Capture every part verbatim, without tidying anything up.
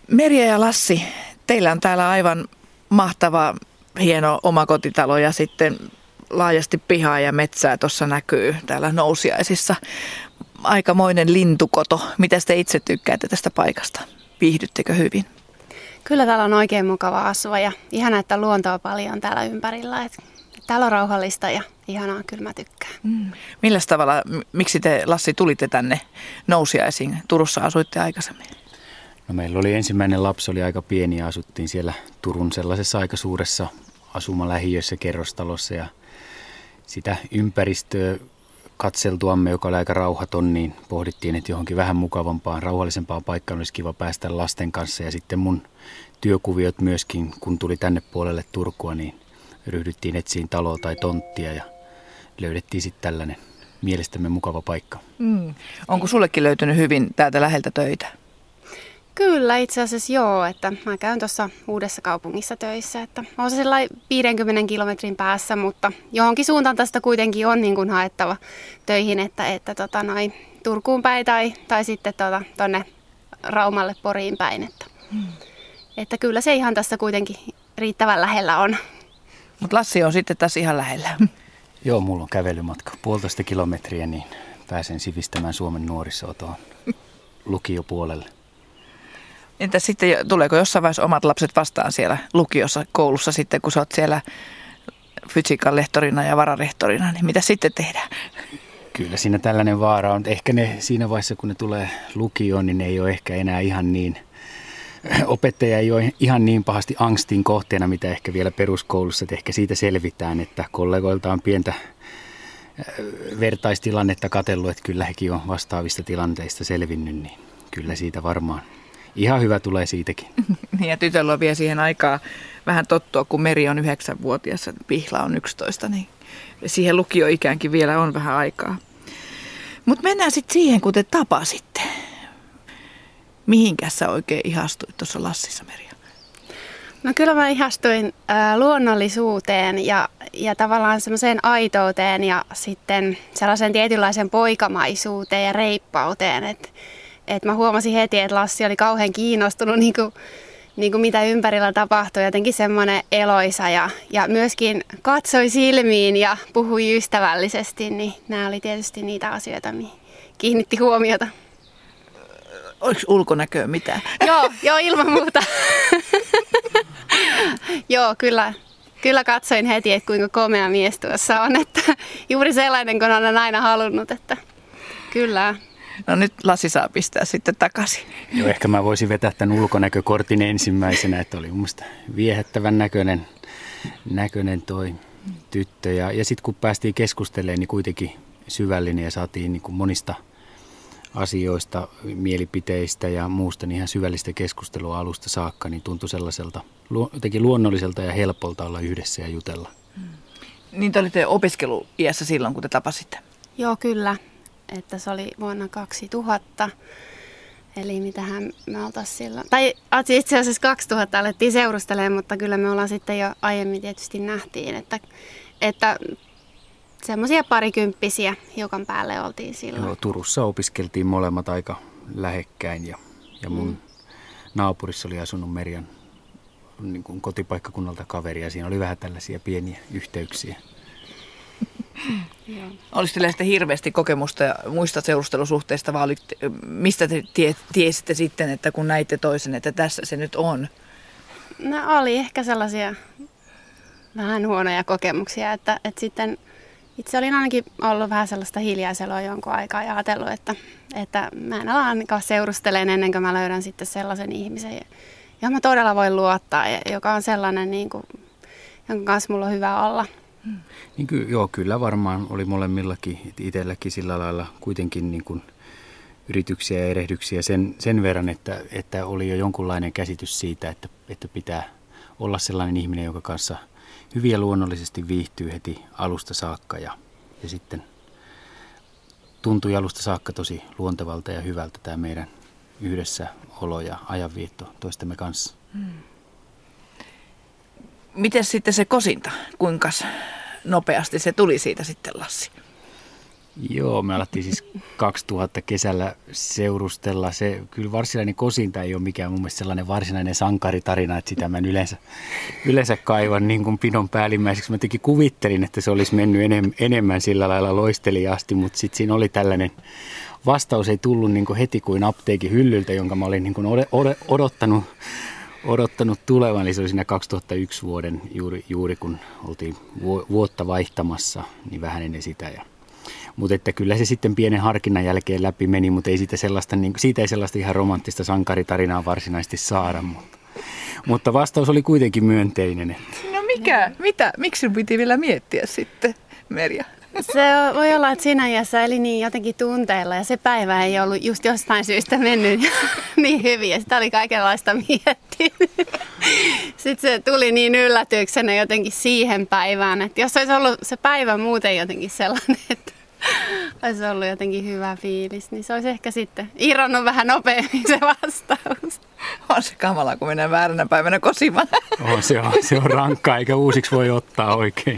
Merja ja Lassi, teillä on täällä aivan mahtava, hieno omakotitalo ja sitten laajasti pihaa ja metsää tuossa näkyy täällä Nousiaisissa. Aikamoinen lintukoto. Mitä te itse tykkäätte tästä paikasta? Viihdyttekö hyvin? Kyllä täällä on oikein mukava asua ja ihana, että luontoa paljon täällä ympärillä. Et täällä on rauhallista ja ihanaa, kyllä mä tykkään. Mm. Milläs tavalla, miksi te Lassi tulitte tänne Nousiaisiin? Turussa asuitte aikaisemmin. No meillä oli ensimmäinen lapsi, oli aika pieni ja asuttiin siellä Turun sellaisessa aika suuressa asumalähiössä, kerrostalossa ja sitä ympäristöä katseltuamme, joka oli aika rauhaton, niin pohdittiin, että johonkin vähän mukavampaan, rauhallisempaan paikkaan olisi kiva päästä lasten kanssa. Ja sitten mun työkuviot myöskin, kun tuli tänne puolelle Turkua, niin ryhdyttiin etsiin taloa tai tonttia ja löydettiin sitten tällainen mielestämme mukava paikka. Mm. Onko sullekin löytynyt hyvin täältä läheltä töitä? Kyllä, itse asiassa joo, että mä käyn tuossa Uudessa kaupungissa töissä, että on se sellainen viidenkymmenen kilometrin päässä, mutta johonkin suuntaan tästä kuitenkin on niin kuin haettava töihin, että, että tota noin, Turkuun päin tai, tai sitten tuonne tota, Raumalle Poriin päin, että, hmm. että kyllä se ihan tässä kuitenkin riittävän lähellä on. Mutta Lassi on sitten tässä ihan lähellä. Joo, mulla on kävelymatka puolitoista kilometriä, niin pääsen sivistämään Suomen nuorisoa lukiopuolelle. Entä sitten, tuleeko jossain vaiheessa omat lapset vastaan siellä lukiossa, koulussa sitten, kun sä oot siellä fysiikan lehtorina ja vararehtorina, niin mitä sitten tehdään? Kyllä siinä tällainen vaara on. Ehkä ne siinä vaiheessa, kun ne tulee lukioon, niin ne ei ole ehkä enää ihan niin, opettaja ei ole ihan niin pahasti angstin kohteena, mitä ehkä vielä peruskoulussa, että ehkä siitä selvitään, että kollegoilta on pientä vertaistilannetta katsellut, että kyllä hekin on vastaavista tilanteista selvinnyt, niin kyllä siitä varmaan ihan hyvä tulee siitäkin. Ja tytöllä on vielä siihen aikaa vähän tottua, kun Meri on yhdeksänvuotias ja Pihla on yksitoista, niin siihen lukioikäänkin vielä on vähän aikaa. Mutta mennään sitten siihen, kun te tapasitte. Mihinkäs sä oikein ihastuit tuossa Lassissa, Merja? No kyllä mä ihastuin äh, luonnollisuuteen ja, ja tavallaan semmoiseen aitouteen ja sitten sellaisen tietynlaisen poikamaisuuteen ja reippauteen, että Et mä huomasin heti, että Lassi oli kauhean kiinnostunut, niin kuin, niin kuin mitä ympärillä tapahtui. Jotenkin semmoinen eloisa ja, ja myöskin katsoi silmiin ja puhui ystävällisesti. Niin nämä oli tietysti niitä asioita, mihin kiinnitti huomiota. Oliko ulkonäköä mitään? Joo, joo ilman muuta. Joo, kyllä. Kyllä katsoin heti, että kuinka komea mies tuossa on. Että juuri sellainen, kun olen aina halunnut. Että kyllä. No nyt Lassi saa pistää sitten takaisin. Joo, ehkä mä voisin vetää tämän ulkonäkökortin ensimmäisenä, että oli mun mielestä viehättävän näköinen, näköinen toi tyttö. Ja, ja sitten kun päästiin keskustelemaan, niin kuitenkin syvällinen ja saatiin niin kuin monista asioista, mielipiteistä ja muusta niin ihan syvällistä keskustelua alusta saakka, niin tuntui sellaiselta jotenkin luonnolliselta ja helpolta olla yhdessä ja jutella. Hmm. Niin te olitte opiskeluiässä silloin, kun te tapasitte? Joo, kyllä. Että se oli vuonna kaksituhatta, eli mitähän me oltaisiin silloin, tai itse asiassa kaksituhatta alettiin seurustelemaan, mutta kyllä me ollaan sitten jo aiemmin tietysti nähtiin, että, että semmoisia parikymppisiä hiukan päälle oltiin silloin. Joo, Turussa opiskeltiin molemmat aika lähekkäin ja, ja mun mm. naapurissa oli asunut Merjan niin kuin kotipaikkakunnalta kaveri ja siinä oli vähän tällaisia pieniä yhteyksiä. Oliko teillä sitten hirveästi kokemusta ja muista seurustelusuhteista, vai olitte, mistä te tie, tiesitte sitten, että kun näitte toisen, että tässä se nyt on? No oli ehkä sellaisia vähän huonoja kokemuksia, että, että sitten itse olin ainakin ollut vähän sellaista hiljaiseloa jonkun aikaa ja ajatellut, että, että mä en ala ainakaan seurustelemaan ennen kuin mä löydän sitten sellaisen ihmisen, johon mä todella voin luottaa ja joka on sellainen, niin kuin, jonka kanssa mulla on hyvä olla. Hmm. Niin ky- joo, kyllä varmaan oli molemmillakin, itselläkin sillä lailla kuitenkin niin kuin yrityksiä ja erehdyksiä sen, sen verran, että, että oli jo jonkunlainen käsitys siitä, että, että pitää olla sellainen ihminen, joka kanssa hyvin ja luonnollisesti viihtyy heti alusta saakka ja, ja sitten tuntui alusta saakka tosi luontevalta ja hyvältä tämä meidän yhdessä olo ja ajanvietto toistemme kanssa. Hmm. Miten sitten se kosinta, kuinka nopeasti se tuli siitä sitten, Lassi? Joo, me alettiin siis kaksituhatta kesällä seurustella. Se kyllä varsinainen kosinta ei ole mikään mun mielestä sellainen varsinainen sankaritarina, että sitä mä en yleensä, yleensä kaivan niin kuin pinon päällimmäiseksi. Mä jotenkin kuvittelin, että se olisi mennyt enem, enemmän sillä lailla loisteliaasti, mutta sitten siinä oli tällainen vastaus ei tullut niin kuin heti kuin apteekin hyllyltä, jonka mä olin niin kuin odottanut, odottanut tulevan. Eli se oli siinä kaksituhattayksi vuoden juuri, juuri kun oltiin vuotta vaihtamassa, niin vähän ennen sitä. Ja mutta että kyllä se sitten pienen harkinnan jälkeen läpi meni, mutta ei siitä, sellaista, niin, siitä ei sellaista ihan romanttista sankaritarinaa varsinaisesti saada. Mutta, mutta vastaus oli kuitenkin myönteinen. Että. No mikä? Mitä? Miksi piti vielä miettiä sitten, Merja? Se voi olla, että siinä iässä eli niin jotenkin tunteilla ja se päivä ei ollut just jostain syystä mennyt niin hyvin ja sitä oli kaikenlaista miettinyt. Sitten se tuli niin yllätyksenä jotenkin siihen päivään, että jos olisi ollut se päivä muuten jotenkin sellainen, että olisi ollut jotenkin hyvä fiilis, niin se olisi ehkä sitten irronnut vähän nopeammin se vastaus. On se kamala, kun mennään vääränä päivänä kosimaan. Oh, se, on, se on rankkaa, eikä uusiksi voi ottaa oikein.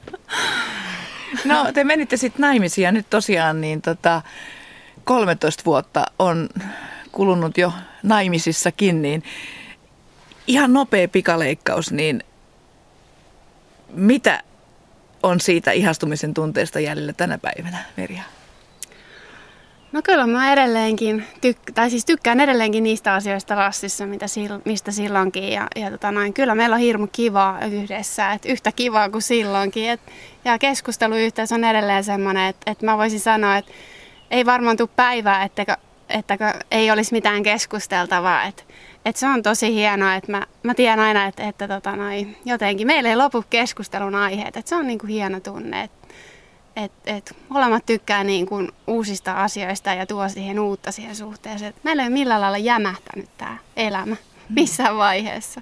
No te menitte sitten naimisiin ja nyt tosiaan niin tota, kolmetoista vuotta on kulunut jo naimisissakin, niin ihan nopea pikaleikkaus, niin mitä on siitä ihastumisen tunteesta jäljellä tänä päivänä, Merja? No kyllä mä edelleenkin, tyk- tai siis tykkään edelleenkin niistä asioista Lassissa, mitä sil- mistä silloinkin. Ja, ja tota noin, kyllä meillä on hirmu kivaa yhdessä, että yhtä kivaa kuin silloinkin. Et, ja keskusteluyhteys on edelleen semmoinen, että, että mä voisin sanoa, että ei varmaan tule päivää, että, että ei olisi mitään keskusteltavaa. Että, että se on tosi hienoa, että mä, mä tiedän aina, että, että tota noin, jotenkin meillä ei lopu keskustelun aiheet. Että se on niin kuin hieno tunne, että Että et, molemmat tykkää niin kuin uusista asioista ja tuo siihen uutta siihen suhteeseen. Et meillä ei ole millään lailla jämähtänyt tämä elämä missään vaiheessa.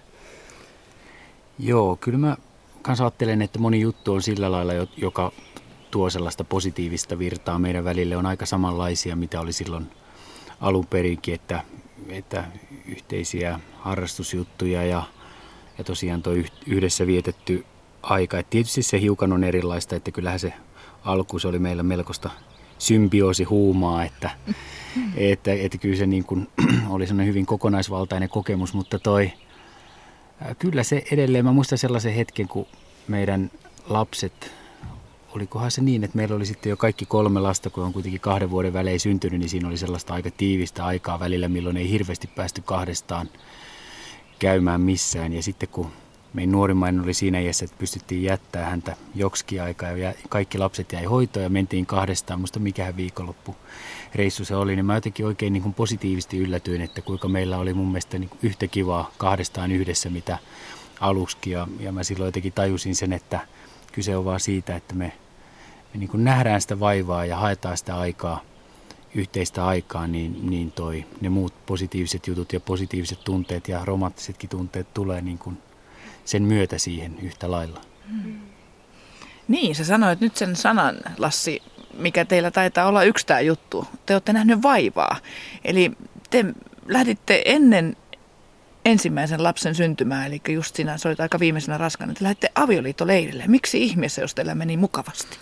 Joo, kyllä mä kanssa ajattelen, että moni juttu on sillä lailla, joka tuo sellaista positiivista virtaa meidän välille. On aika samanlaisia, mitä oli silloin alun perinkin, että, että yhteisiä harrastusjuttuja ja, ja tosiaan tuo yhdessä vietetty aika. Et tietysti se hiukan on erilaista, että kyllähän se alkuun se oli meillä melkoista symbioosihuumaa, että, että, että kyllä se niin kuin oli sellainen hyvin kokonaisvaltainen kokemus, mutta toi, kyllä se edelleen, mä muistan sellaisen hetken, kun meidän lapset, olikohan se niin, että meillä oli sitten jo kaikki kolme lasta, kun on kuitenkin kahden vuoden välein syntynyt, niin siinä oli sellaista aika tiivistä aikaa välillä, milloin ei hirveästi päästy kahdestaan käymään missään, ja sitten kun meidän nuorimmainen oli siinä iässä, että pystyttiin jättämään häntä joksikin aikaa ja kaikki lapset jäi hoitoon ja mentiin kahdestaan. Musta mikähän viikonloppu reissu se oli, niin mä jotenkin oikein niin kuin positiivisesti yllätyin, että kuinka meillä oli mun mielestä niin kuin yhtä kivaa kahdestaan yhdessä mitä aluksi. Ja, ja mä silloin jotenkin tajusin sen, että kyse on vaan siitä, että me, me niin kuin nähdään sitä vaivaa ja haetaan sitä aikaa, yhteistä aikaa, niin, niin toi, ne muut positiiviset jutut ja positiiviset tunteet ja romanttisetkin tunteet tulee niin kuin sen myötä siihen yhtä lailla. Hmm. Niin, sä sanoit nyt sen sanan, Lassi, mikä teillä taitaa olla yksi tämä juttu. Te olette nähneet vaivaa. Eli te lähditte ennen ensimmäisen lapsen syntymää, eli just siinä, se oli aika viimeisenä raskaana, te lähditte avioliittoleirille. Miksi ihmeessä, jos teillä meni mukavasti?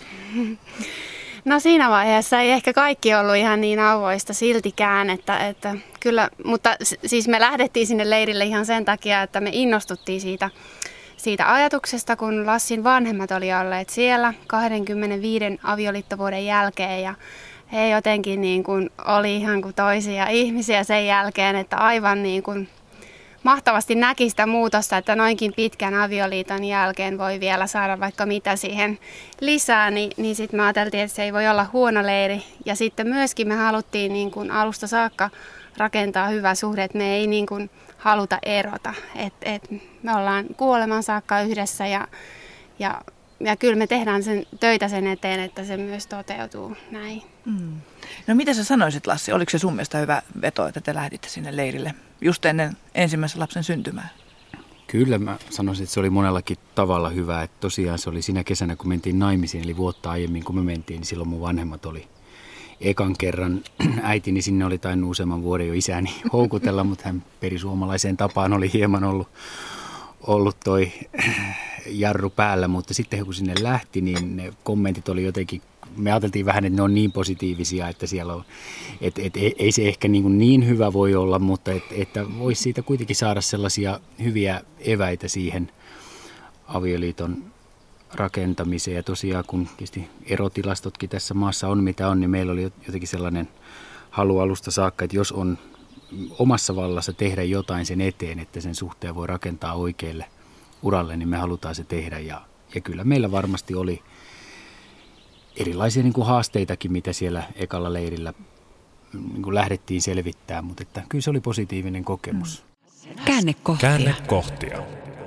No siinä vaiheessa ei ehkä kaikki ollut ihan niin auvoista siltikään, että, että kyllä, mutta siis me lähdettiin sinne leirille ihan sen takia, että me innostuttiin siitä, siitä ajatuksesta, kun Lassin vanhemmat oli olleet siellä kaksikymmentäviisi avioliittovuoden jälkeen ja he jotenkin niin kuin oli ihan kuin toisia ihmisiä sen jälkeen, että aivan niin kuin mahtavasti näki sitä muutosta, että noinkin pitkän avioliiton jälkeen voi vielä saada vaikka mitä siihen lisää, niin, niin sitten me ajateltiin, että se ei voi olla huono leiri. Ja sitten myöskin me haluttiin niin kuin alusta saakka rakentaa hyvä suhde, että me ei niin kuin haluta erota. Et, et me ollaan kuoleman saakka yhdessä ja, ja, ja kyllä me tehdään sen töitä sen eteen, että se myös toteutuu näin. Mm. No mitä sä sanoisit, Lassi, oliko se sun mielestä hyvä veto, että te lähditte sinne leirille just ennen ensimmäisen lapsen syntymää? Kyllä mä sanoisin, että se oli monellakin tavalla hyvä. Että tosiaan se oli siinä kesänä, kun mentiin naimisiin, eli vuotta aiemmin kun me mentiin, niin silloin mun vanhemmat oli ekan kerran. Äitini sinne oli tainnut useamman vuoden jo isäni houkutella, mutta hän perisuomalaiseen tapaan oli hieman ollut, ollut toi jarru päällä, mutta sitten kun sinne lähti, niin ne kommentit oli jotenkin, me ajateltiin vähän, että ne on niin positiivisia, että siellä on, että et, ei se ehkä niin, niin hyvä voi olla, mutta et, että voisi siitä kuitenkin saada sellaisia hyviä eväitä siihen avioliiton rakentamiseen. Ja tosiaan, kun tietysti erotilastotkin tässä maassa on mitä on, niin meillä oli jotenkin sellainen halu alusta saakka, että jos on omassa vallassa tehdä jotain sen eteen, että sen suhteen voi rakentaa oikealle uralle, niin me halutaan se tehdä. Ja, ja kyllä meillä varmasti oli erilaisia niin kuin haasteitakin, mitä siellä ekalla leirillä niin kuin lähdettiin selvittämään, mutta että kyllä se oli positiivinen kokemus. Käännekohtia. Käännekohtia.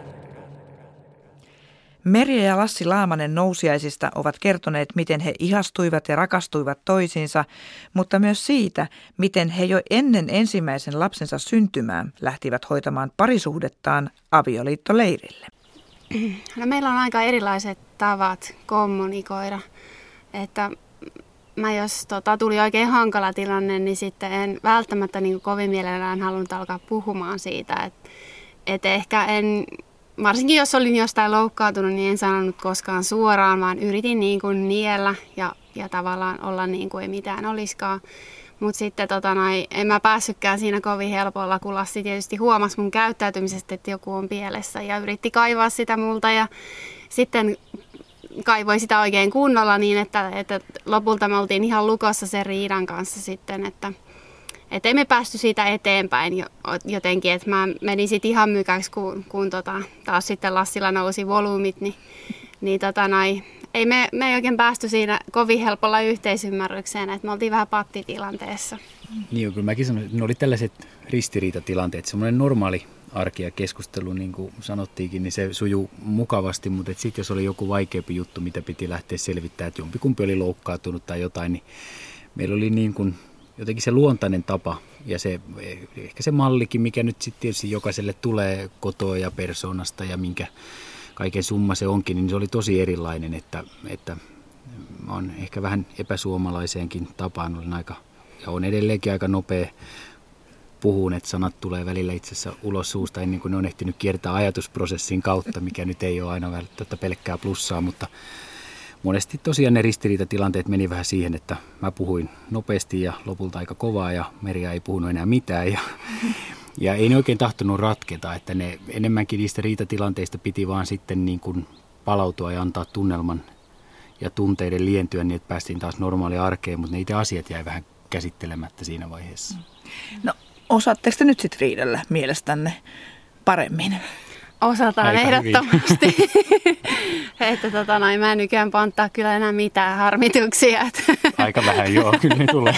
Merja ja Lassi Laamanen nousiaisista ovat kertoneet, miten he ihastuivat ja rakastuivat toisiinsa, mutta myös siitä, miten he jo ennen ensimmäisen lapsensa syntymää lähtivät hoitamaan parisuhdettaan avioliittoleirille. No, meillä on aika erilaiset tavat kommunikoida. Että mä jos tota, tuli oikein hankala tilanne, niin sitten en välttämättä niin kuin kovin mielellään halunnut alkaa puhumaan siitä. Että et ehkä en, varsinkin jos olin jostain loukkaantunut, niin en sanonut koskaan suoraan, vaan yritin niin kuin niellä ja, ja tavallaan olla niin kuin ei mitään olisikaan. Mutta sitten tota, noi, en mä päässytkään siinä kovin helpolla, kun Lassi tietysti huomasi mun käyttäytymisestä, että joku on pielessä ja yritti kaivaa sitä multa. Ja sitten kaivoi sitä oikein kunnolla niin, että, että lopulta me oltiin ihan lukossa sen riidan kanssa sitten, että et ei me päästy siitä eteenpäin jotenkin, että mä menin sitten ihan mykäksi, kun, kun tota, taas sitten Lassilla nousi volyymit, niin, niin tota noi, ei me, me ei oikein päästy siinä kovin helpolla yhteisymmärrykseen, että me oltiin vähän pattitilanteessa. Niin, kyllä mäkin sanoin, että ne oli tällaiset ristiriitatilanteet, semmoinen normaali arki ja keskustelu, niin kuin sanottiinkin, niin se sujuu mukavasti, mutta sitten jos oli joku vaikeampi juttu, mitä piti lähteä selvittämään, että jompikumpi oli loukkaantunut tai jotain, niin meillä oli niin kuin jotenkin se luontainen tapa ja se, ehkä se mallikin, mikä nyt sitten tietysti jokaiselle tulee kotoa ja persoonasta ja minkä kaiken summa se onkin, niin se oli tosi erilainen, että, että mä oon ehkä vähän epäsuomalaiseenkin tapaan, olen aika, ja on edelleenkin aika nopea puhun, että sanat tulee välillä itse asiassa ulos suusta ennen kuin ne on ehtinyt kiertää ajatusprosessin kautta, mikä nyt ei ole aina välttämättä pelkkää plussaa, mutta monesti tosiaan ne ristiriitatilanteet meni vähän siihen, että mä puhuin nopeasti ja lopulta aika kovaa ja Merja ei puhunut enää mitään ja, ja ei ne oikein tahtonut ratketa, että ne enemmänkin niistä riitatilanteista piti vaan sitten niin kuin palautua ja antaa tunnelman ja tunteiden lientyä niin, että päästiin taas normaaliin arkeen, mutta ne itse asiat jäi vähän käsittelemättä siinä vaiheessa. No, osaatteko te nyt sitten riidellä mielestänne paremmin? Osataan aika ehdottomasti. että tota, noin, mä en nykyään panttaa kyllä enää mitään harmituksia. Aika vähän, joo, kyllä ne tulee.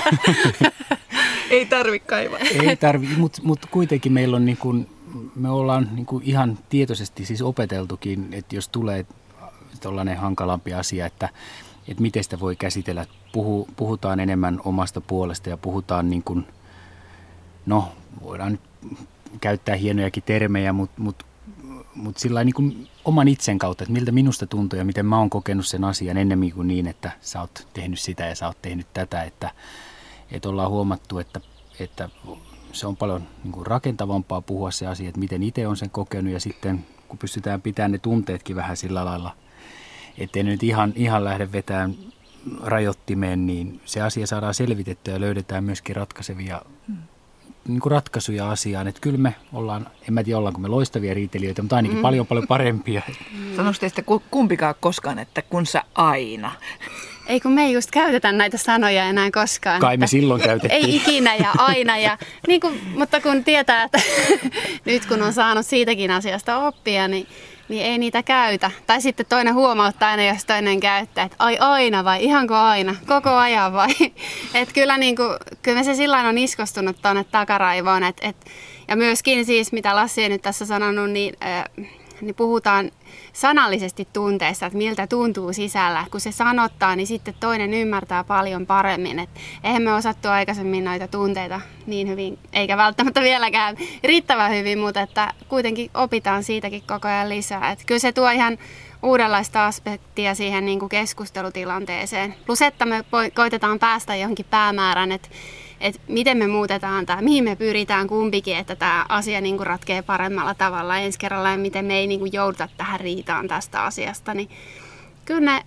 Ei tarvi kaivaa. Ei tarvi, mutta mut kuitenkin meillä on niin kun, me ollaan niin kun ihan tietoisesti siis opeteltukin, että jos tulee tällainen hankalampi asia, että, että miten sitä voi käsitellä. Puhu, puhutaan enemmän omasta puolesta ja puhutaan niin kuin, no voidaan nyt käyttää hienojakin termejä, mutta mut, mut sillä niin kuin oman itsen kautta, että miltä minusta tuntuu ja miten mä oon kokenut sen asian ennemmin kuin niin, että sä oot tehnyt sitä ja sä oot tehnyt tätä, että, että ollaan huomattu, että, että se on paljon niin kuin rakentavampaa puhua se asia, että miten itse on sen kokenut ja sitten kun pystytään pitämään ne tunteetkin vähän sillä lailla, ettei nyt ihan, ihan lähde vetämään rajoittimeen, niin se asia saadaan selvitettyä ja löydetään myöskin ratkaisevia mm. niin kuin ratkaisuja asiaan. Että kyllä me ollaan, en mä tiedä ollaanko me loistavia riitelijöitä, mutta ainakin mm. paljon paljon parempia. Mm. Sanoisi teistä kumpikaan koskaan, että kun sä aina. Ei kun me ei just käytetä näitä sanoja enää koskaan. Kai me silloin käytettiin. Ei ikinä ja aina. Ja, niin kuin, mutta kun tietää, että nyt kun on saanut siitäkin asiasta oppia, niin niin ei niitä käytä. Tai sitten toinen huomauttaa aina, jos toinen käyttää, että ai aina vai ihanko aina, koko ajan vai. Että kyllä, niin kuin, kyllä me se sillain on iskostunut tuonne takaraivoon. Et, et, ja myöskin siis, mitä Lassi on nyt tässä sanonut, niin, äh, niin puhutaan sanallisesti tunteista, että miltä tuntuu sisällä. Kun se sanottaa, niin sitten toinen ymmärtää paljon paremmin. Et eihän me osattu aikaisemmin noita tunteita niin hyvin, eikä välttämättä vieläkään riittävän hyvin, mutta että kuitenkin opitaan siitäkin koko ajan lisää. Et kyllä se tuo ihan uudenlaista aspektia siihen niin kuin keskustelutilanteeseen. Plus, että me koitetaan päästä johonkin päämäärään, että että miten me muutetaan tämä, mihin me pyritään kumpikin, että tämä asia niin kuin ratkee paremmalla tavalla ensi kerralla ja miten me ei niin kuin jouduta tähän riitaan tästä asiasta, niin kyllä ne,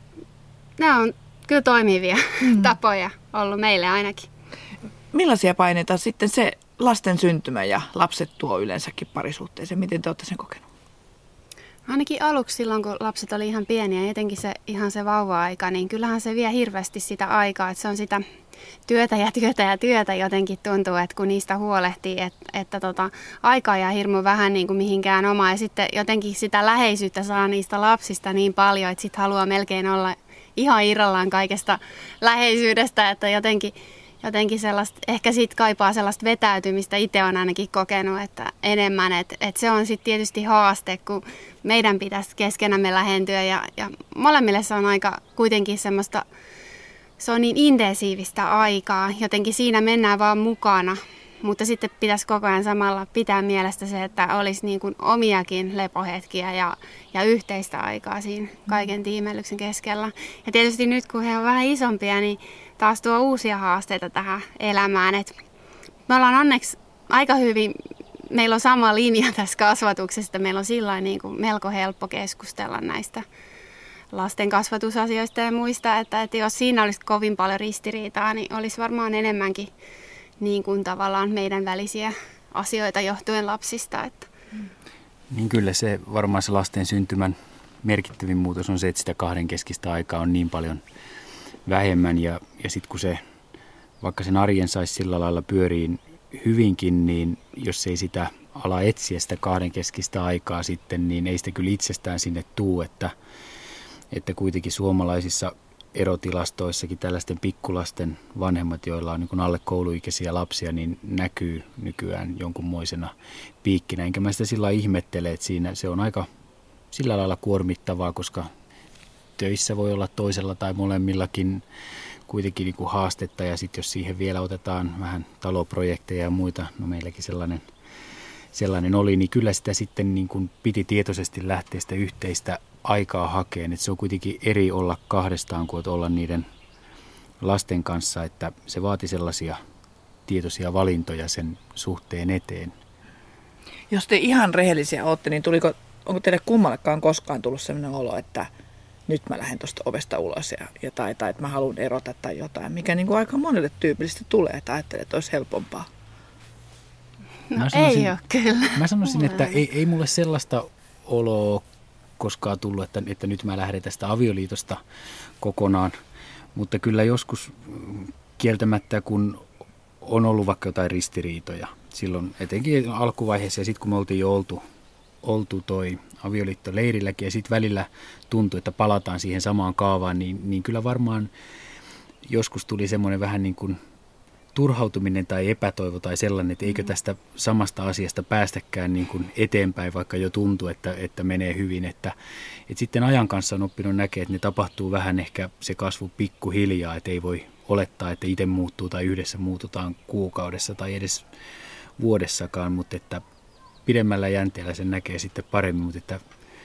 ne on kyllä toimivia mm. tapoja ollut meille ainakin. Millaisia paineita sitten se lasten syntymä ja lapset tuo yleensäkin parisuhteeseen? Miten te olette sen kokenut? Ainakin aluksi silloin, kun lapset oli ihan pieniä, ja etenkin se, ihan se vauva-aika, niin kyllähän se vie hirveästi sitä aikaa, että se on sitä työtä ja työtä ja työtä jotenkin tuntuu, että kun niistä huolehtii, että, että tota, aikaa jää hirmu vähän niin kuin mihinkään omaa, ja sitten jotenkin sitä läheisyyttä saa niistä lapsista niin paljon, että sitten haluaa melkein olla ihan irrallaan kaikesta läheisyydestä, että jotenkin Jotenkin sellaista, ehkä siitä kaipaa sellaista vetäytymistä, itse olen ainakin kokenut, että enemmän, että, että se on sitten tietysti haaste, kun meidän pitäisi keskenämme lähentyä ja, ja molemmille se on aika kuitenkin semmoista, se on niin intensiivistä aikaa, jotenkin siinä mennään vaan mukana, mutta sitten pitäisi koko ajan samalla pitää mielestä se, että olisi niin kuin omiakin lepohetkiä ja, ja yhteistä aikaa siinä kaiken tiimellyksen keskellä. Ja tietysti nyt kun he on vähän isompia, niin taas tuo uusia haasteita tähän elämään. Et me ollaan onneksi aika hyvin, meillä on sama linja tässä kasvatuksesta, meillä on sillä niin kuin melko helppo keskustella näistä lasten kasvatusasioista ja muista, että, että jos siinä olisi kovin paljon ristiriitaa, niin olisi varmaan enemmänkin niin kuin tavallaan meidän välisiä asioita johtuen lapsista. Että. Niin kyllä se varmaan se lasten syntymän merkittävin muutos on se, että sitä kahdenkeskistä aikaa on niin paljon vähemmän ja, ja sitten kun se, vaikka sen arjen saisi sillä lailla pyöriin hyvinkin, niin jos ei sitä ala etsiä sitä kahdenkeskistä aikaa sitten, niin ei sitä kyllä itsestään sinne tuu, että, että kuitenkin suomalaisissa erotilastoissakin tällaisten pikkulasten vanhemmat, joilla on niin kuin alle kouluikäisiä lapsia, niin näkyy nykyään jonkunmoisena piikkinä. Enkä mä sitä sillä lailla ihmettele, että siinä se on aika sillä lailla kuormittavaa, koska töissä voi olla toisella tai molemmillakin kuitenkin niin kuin haastetta. Ja sitten jos siihen vielä otetaan vähän taloprojekteja ja muita, no meilläkin sellainen, sellainen oli, niin kyllä sitä sitten niin kuin piti tietoisesti lähteä sitä yhteistä aikaa hakeen. Että se on kuitenkin eri olla kahdestaan kuin olla niiden lasten kanssa, että se vaati sellaisia tietoisia valintoja sen suhteen eteen. Jos te ihan rehellisiä olette, niin tuliko, onko teille kummallekaan koskaan tullut sellainen olo, että nyt mä lähden tuosta ovesta ulos ja, ja tai, tai että mä haluan erota tai jotain, mikä niin kuin aika monelle tyypillisesti tulee, että ajattelee, että olisi helpompaa? No sanoisin, ei ole kyllä. Mä sanoisin, että ei, ei mulle sellaista oloa koskaan tullut, että, että nyt mä lähden tästä avioliitosta kokonaan, mutta kyllä joskus kieltämättä, kun on ollut vaikka jotain ristiriitoja, silloin etenkin alkuvaiheessa ja sitten kun me oltiin jo oltu, oltu toi avioliitto leirilläkin ja sitten välillä tuntui, että palataan siihen samaan kaavaan, niin, niin kyllä varmaan joskus tuli semmoinen vähän niin kuin turhautuminen tai epätoivo tai sellainen, että eikö tästä samasta asiasta päästäkään niin kuin eteenpäin, vaikka jo tuntuu, että, että menee hyvin. Että, että sitten ajan kanssa on oppinut näkemään, että ne tapahtuu vähän ehkä se kasvu pikkuhiljaa, että ei voi olettaa, että itse muuttuu tai yhdessä muututaan kuukaudessa tai edes vuodessakaan, mutta että pidemmällä jänteellä sen näkee sitten paremmin, mutta että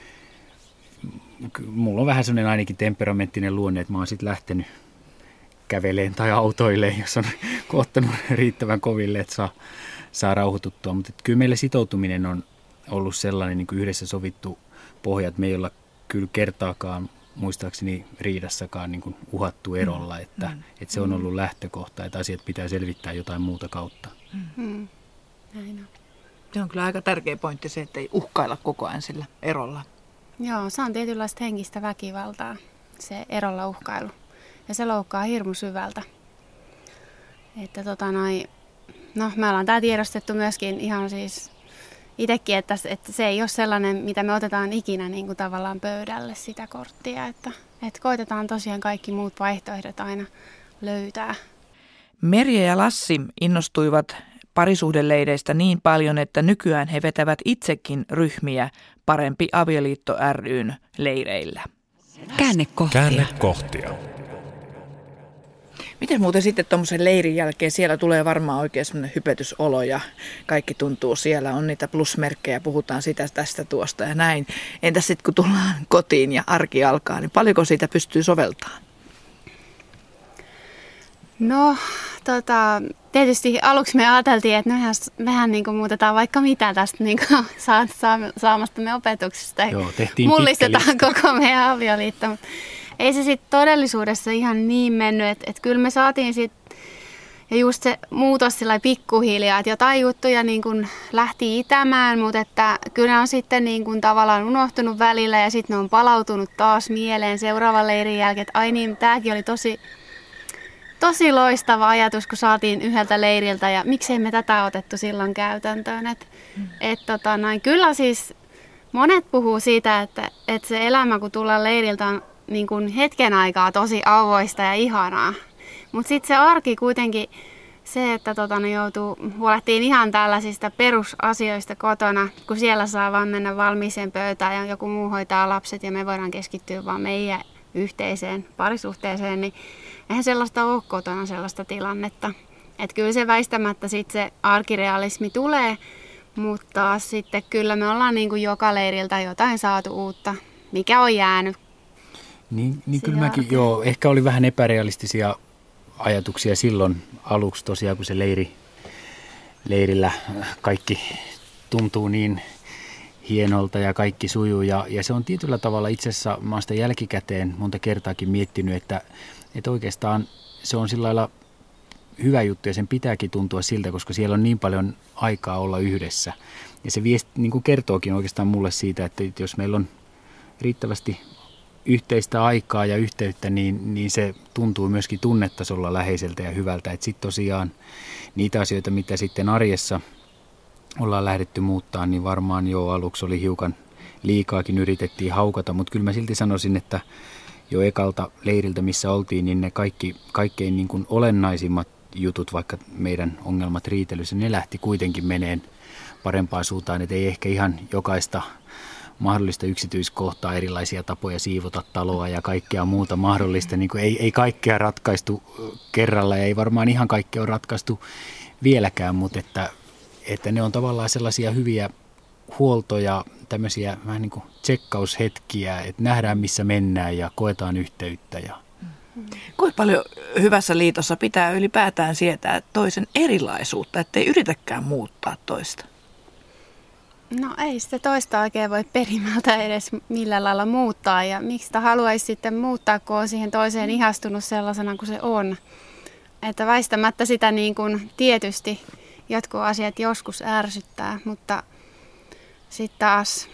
mulla on vähän sellainen ainakin temperamenttinen luonne, että mä oon sitten lähtenyt käveleen tai autoileen, jos on ottanut riittävän koville, että saa, saa rauhoituttua. Mutta kyllä meillä sitoutuminen on ollut sellainen niin kuin yhdessä sovittu pohja, että me ei olla kyllä kertaakaan muistaakseni riidassakaan niin kuin uhattu erolla, että, mm. että se on ollut lähtökohta, että asiat pitää selvittää jotain muuta kautta. Mm. Näin on. Se on kyllä aika tärkeä pointti se, että ei uhkailla koko ajan sillä erolla. Joo, se on tietynlaista henkistä väkivaltaa, se erolla uhkailu. Ja se loukkaa hirmu syvältä. Että tota noi, no me ollaan tää tiedostettu myöskin ihan siis itsekin, että, että se ei ole sellainen, mitä me otetaan ikinä niin kuin tavallaan pöydälle sitä korttia. Että, että koitetaan tosiaan kaikki muut vaihtoehdot aina löytää. Merja ja Lassi innostuivat parisuhdeleireistä niin paljon, että nykyään he vetävät itsekin ryhmiä Parempi avioliitto ry:n leireillä. Käännekohtia. Käännekohtia. Miten muuten sitten tuommoisen leirin jälkeen, siellä tulee varmaan oikein semmoinen hypetysolo ja kaikki tuntuu, siellä on niitä plusmerkkejä, puhutaan sitä, tästä, tuosta ja näin. Entäs sitten kun tullaan kotiin ja arki alkaa, niin paljonko siitä pystyy soveltamaan? No, tota, tietysti aluksi me ajateltiin, että mehän, mehän niin kuin muutetaan vaikka mitä tästä niin kuin saa, saa, saamastamme opetuksesta. Joo, tehtiin mullistetaan koko meidän avioliitto. Ei se sitten todellisuudessa ihan niin mennyt, että, että kyllä me saatiin sitten, ja just se muutos sillä pikkuhiljaa, että jotain juttuja niin kuin lähti itämään, mutta että kyllä ne on sitten niin kuin tavallaan unohtunut välillä ja sitten ne on palautunut taas mieleen seuraavan leirin jälkeen, että ai niin, tämäkin oli tosi... Tosi loistava ajatus, kun saatiin yhdeltä leiriltä ja miksei me tätä otettu silloin käytäntöön. Et, mm. et, tota, noin, kyllä siis monet puhuu siitä, että, että se elämä kun tullaan leiriltä on niin kuin hetken aikaa tosi auvoista ja ihanaa. Mutta sitten se arki kuitenkin se, että tota, ne joutuu huolehtiin ihan tällaisista perusasioista kotona, kun siellä saa vaan mennä valmiiseen pöytään ja joku muu hoitaa lapset ja me voidaan keskittyä vaan meidän yhteiseen parisuhteeseen, niin eihän sellaista ole kotona sellaista tilannetta. Että kyllä se väistämättä sitten se arkirealismi tulee, mutta sitten kyllä me ollaan niin kuin joka leiriltä jotain saatu uutta, mikä on jäänyt. Niin, niin kyllä mäkin, joo, ehkä oli vähän epärealistisia ajatuksia silloin aluksi tosiaan, kun se leiri, leirillä kaikki tuntuu niin hienolta ja kaikki sujuu. Ja, ja se on tietyllä tavalla itse asiassa, mä oon sitä jälkikäteen monta kertaakin miettinyt, että, että oikeastaan se on sillä lailla hyvä juttu ja sen pitääkin tuntua siltä, koska siellä on niin paljon aikaa olla yhdessä. Ja se viesti niin kuin kertookin oikeastaan mulle siitä, että jos meillä on riittävästi yhteistä aikaa ja yhteyttä, niin, niin se tuntuu myöskin tunnetasolla läheiseltä ja hyvältä. Että sitten tosiaan niitä asioita, mitä sitten arjessa ollaan lähdetty muuttaa, niin varmaan jo aluksi oli hiukan liikaakin yritettiin haukata, mutta kyllä mä silti sanoisin, että jo ekalta leiriltä, missä oltiin, niin ne kaikki, kaikkein niin kuin olennaisimmat jutut, vaikka meidän ongelmat riitelyssä, ne lähti kuitenkin meneen parempaan suuntaan, että ei ehkä ihan jokaista mahdollista yksityiskohtaa, erilaisia tapoja siivota taloa ja kaikkea muuta mahdollista, niin kuin ei, ei kaikkea ratkaistu kerralla ja ei varmaan ihan kaikkea ole ratkaistu vieläkään, mutta että että ne on tavallaan sellaisia hyviä huoltoja, tämmöisiä vähän niin kuin tsekkaushetkiä, että nähdään missä mennään ja koetaan yhteyttä. Ja... Kuinka paljon hyvässä liitossa pitää ylipäätään sietää toisen erilaisuutta, ettei yritäkään muuttaa toista? No ei sitä toista oikein voi perimältä edes millään lailla muuttaa ja miksi sitä haluaisi sitten muuttaa, kun on siihen toiseen ihastunut sellaisena kuin se on. Että väistämättä sitä niin kuin tietysti jotkut asiat joskus ärsyttää, mutta sitten taas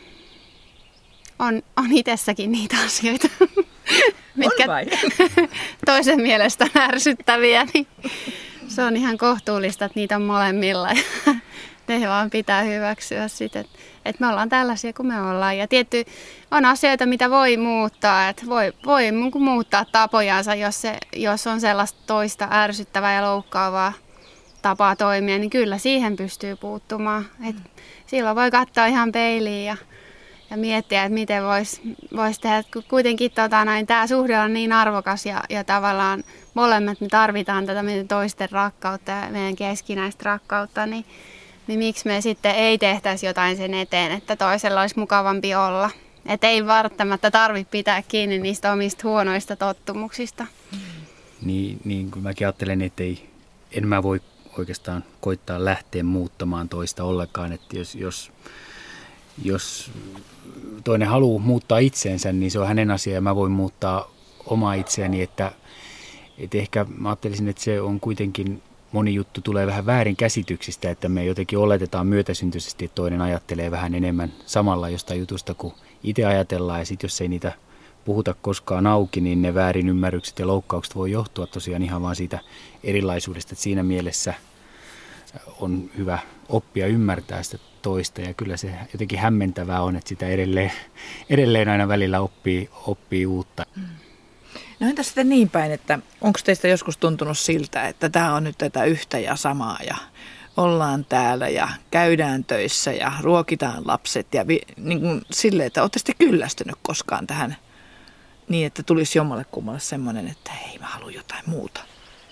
on, on itsessäkin niitä asioita, mitkä toisen mielestä on ärsyttäviä, niin se on ihan kohtuullista, että niitä on molemmilla. Ne vaan pitää hyväksyä sitten, että, että me ollaan tällaisia kuin me ollaan. Ja tietty on asioita, mitä voi muuttaa, että voi, voi muuttaa tapojansa, jos, se, jos on sellaista toista ärsyttävää ja loukkaavaa tapaa toimia, niin kyllä siihen pystyy puuttumaan. Et silloin voi katsoa ihan peiliin ja, ja miettiä, että miten voisi vois tehdä. Kuitenkin tota, näin, tämä suhde on niin arvokas ja, ja tavallaan molemmat me tarvitaan tätä meidän toisten rakkautta ja meidän keskinäistä rakkautta, niin, niin miksi me sitten ei tehtäisi jotain sen eteen, että toisella olisi mukavampi olla. Että ei välttämättä tarvitse pitää kiinni niistä omista huonoista tottumuksista. Niin, niin kuin mäkin ajattelen, että ei, en mä voi oikeastaan koittaa lähteä muuttamaan toista ollenkaan, että jos, jos, jos toinen haluaa muuttaa itseensä, niin se on hänen asia ja mä voin muuttaa omaa itseäni, että, että ehkä mä ajattelisin, että se on kuitenkin, moni juttu tulee vähän väärin käsityksistä, että me jotenkin oletetaan myötäsyntyisesti, että toinen ajattelee vähän enemmän samalla jostain jutusta kuin itse ajatellaan ja sitten jos ei niitä puhuta koskaan auki, niin ne väärinymmärrykset ja loukkaukset voi johtua tosiaan ihan vaan siitä erilaisuudesta, että siinä mielessä on hyvä oppia ymmärtää sitä toista ja kyllä se jotenkin hämmentävää on, että sitä edelleen, edelleen aina välillä oppii, oppii uutta. No entä sitten niin päin, että onko teistä joskus tuntunut siltä, että tämä on nyt tätä yhtä ja samaa ja ollaan täällä ja käydään töissä ja ruokitaan lapset ja vi, niin kuin silleen, että olette sitten kyllästynyt koskaan tähän niin, että tulisi jommalle kummalle semmoinen, että hei, mä haluan jotain muuta.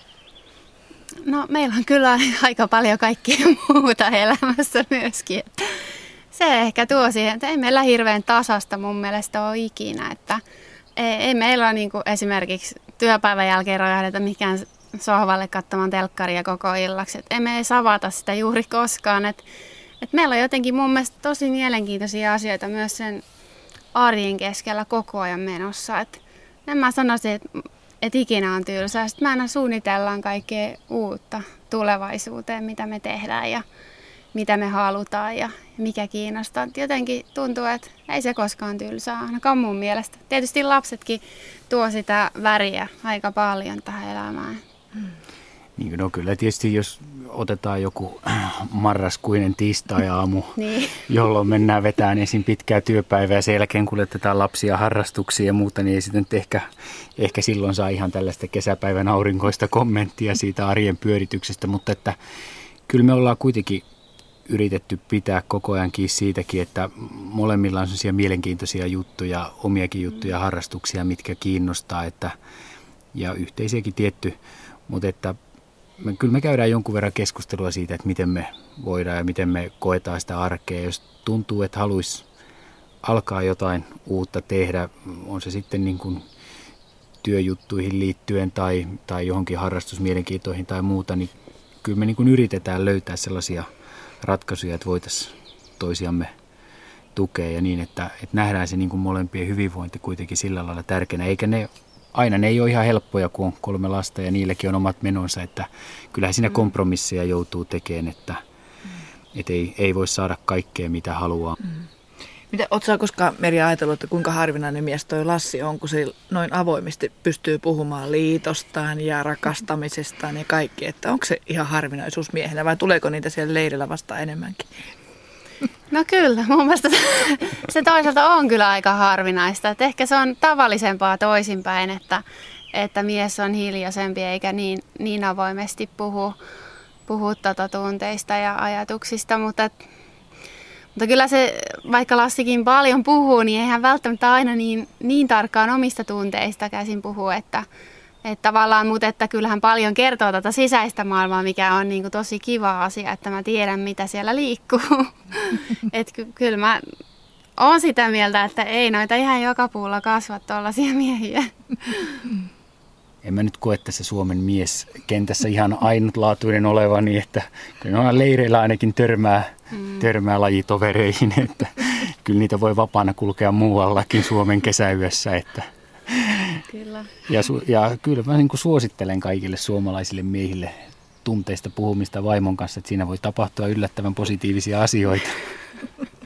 No meillä on kyllä aika paljon kaikkea muuta elämässä myöskin. Se ehkä tuo siihen, että ei meillä hirveän tasasta mun mielestä ole ikinä. Että ei, ei meillä niin kuin esimerkiksi työpäivän jälkeen rojahdeta mikään sohvalle katsomaan telkkaria koko illaksi. Et emme ei savata sitä juuri koskaan. Et, et meillä on jotenkin mun mielestä tosi mielenkiintoisia asioita myös sen arjen keskellä koko ajan menossa. Et en mä sanoisin, että et ikinä on tylsää. Sitten me aina suunnitellaan kaikkea uutta tulevaisuuteen, mitä me tehdään ja mitä me halutaan ja mikä kiinnostaa. Jotenkin tuntuu, että ei se koskaan tylsää, ainakaan mun mielestä. Tietysti lapsetkin tuo sitä väriä aika paljon tähän elämään. Niin, no kyllä tietysti jos otetaan joku marraskuinen tiistai-aamu, niin. jolloin mennään vetämään ensin pitkää työpäivää ja sen jälkeen kuljetetaan lapsia harrastuksiin ja muuta, niin ei sitten ehkä, ehkä silloin saa ihan tällaista kesäpäivän aurinkoista kommenttia siitä arjen pyörityksestä, mutta että kyllä me ollaan kuitenkin yritetty pitää koko ajan kiinni siitäkin, että molemmilla on sellaisia mielenkiintoisia juttuja, omiakin juttuja, harrastuksia, mitkä kiinnostaa, että, ja yhteisiäkin tietty, mutta että me, kyllä me käydään jonkun verran keskustelua siitä, että miten me voidaan ja miten me koetaan sitä arkea. Jos tuntuu, että haluaisi alkaa jotain uutta tehdä, on se sitten niin kuin työjuttuihin liittyen tai, tai johonkin harrastusmielenkiintoihin tai muuta, niin kyllä me niin kuin yritetään löytää sellaisia ratkaisuja, että voitaisiin toisiamme tukea ja niin, että, että nähdään se niin kuin molempien hyvinvointi kuitenkin sillä lailla tärkeänä. Eikä ne, aina ne ei ole ihan helppoja, kun on kolme lasta ja niilläkin on omat menonsa, että kyllähän siinä kompromisseja joutuu tekemään, että, että ei, ei voi saada kaikkea mitä haluaa. Mm. Mitä, ootko sä koskaan, Merja, ajatellut, että kuinka harvinainen mies toi Lassi on, kun se noin avoimesti pystyy puhumaan liitostaan ja rakastamisestaan ja kaikki, että onko se ihan harvinaisuus miehenä vai tuleeko niitä siellä leirillä vasta enemmänkin? No kyllä, mun mielestä se toisaalta on kyllä aika harvinaista, että ehkä se on tavallisempaa toisinpäin, että, että mies on hiljaisempi eikä niin, niin avoimesti puhu, puhu tota tunteista ja ajatuksista, mutta että Mutta kyllä se, vaikka Lassikin paljon puhuu, niin eihän välttämättä aina niin, niin tarkkaan omista tunteista käsin puhu, että, että tavallaan, mutta että kyllähän paljon kertoo tätä sisäistä maailmaa, mikä on niin kuin tosi kiva asia, että mä tiedän, mitä siellä liikkuu. Että ky- kyllä mä oon sitä mieltä, että ei noita ihan joka puulla kasva tuollaisia miehiä. En mä nyt koe tässä Suomen mieskentässä ihan ainutlaatuinen oleva, niin että kyllä leireillä ainakin törmää, mm. törmää lajitovereihin, että kyllä niitä voi vapaana kulkea muuallakin Suomen kesäyössä. Että. Kyllä. Ja, su, ja kyllä mä niin kuin suosittelen kaikille suomalaisille miehille tunteista puhumista vaimon kanssa, että siinä voi tapahtua yllättävän positiivisia asioita.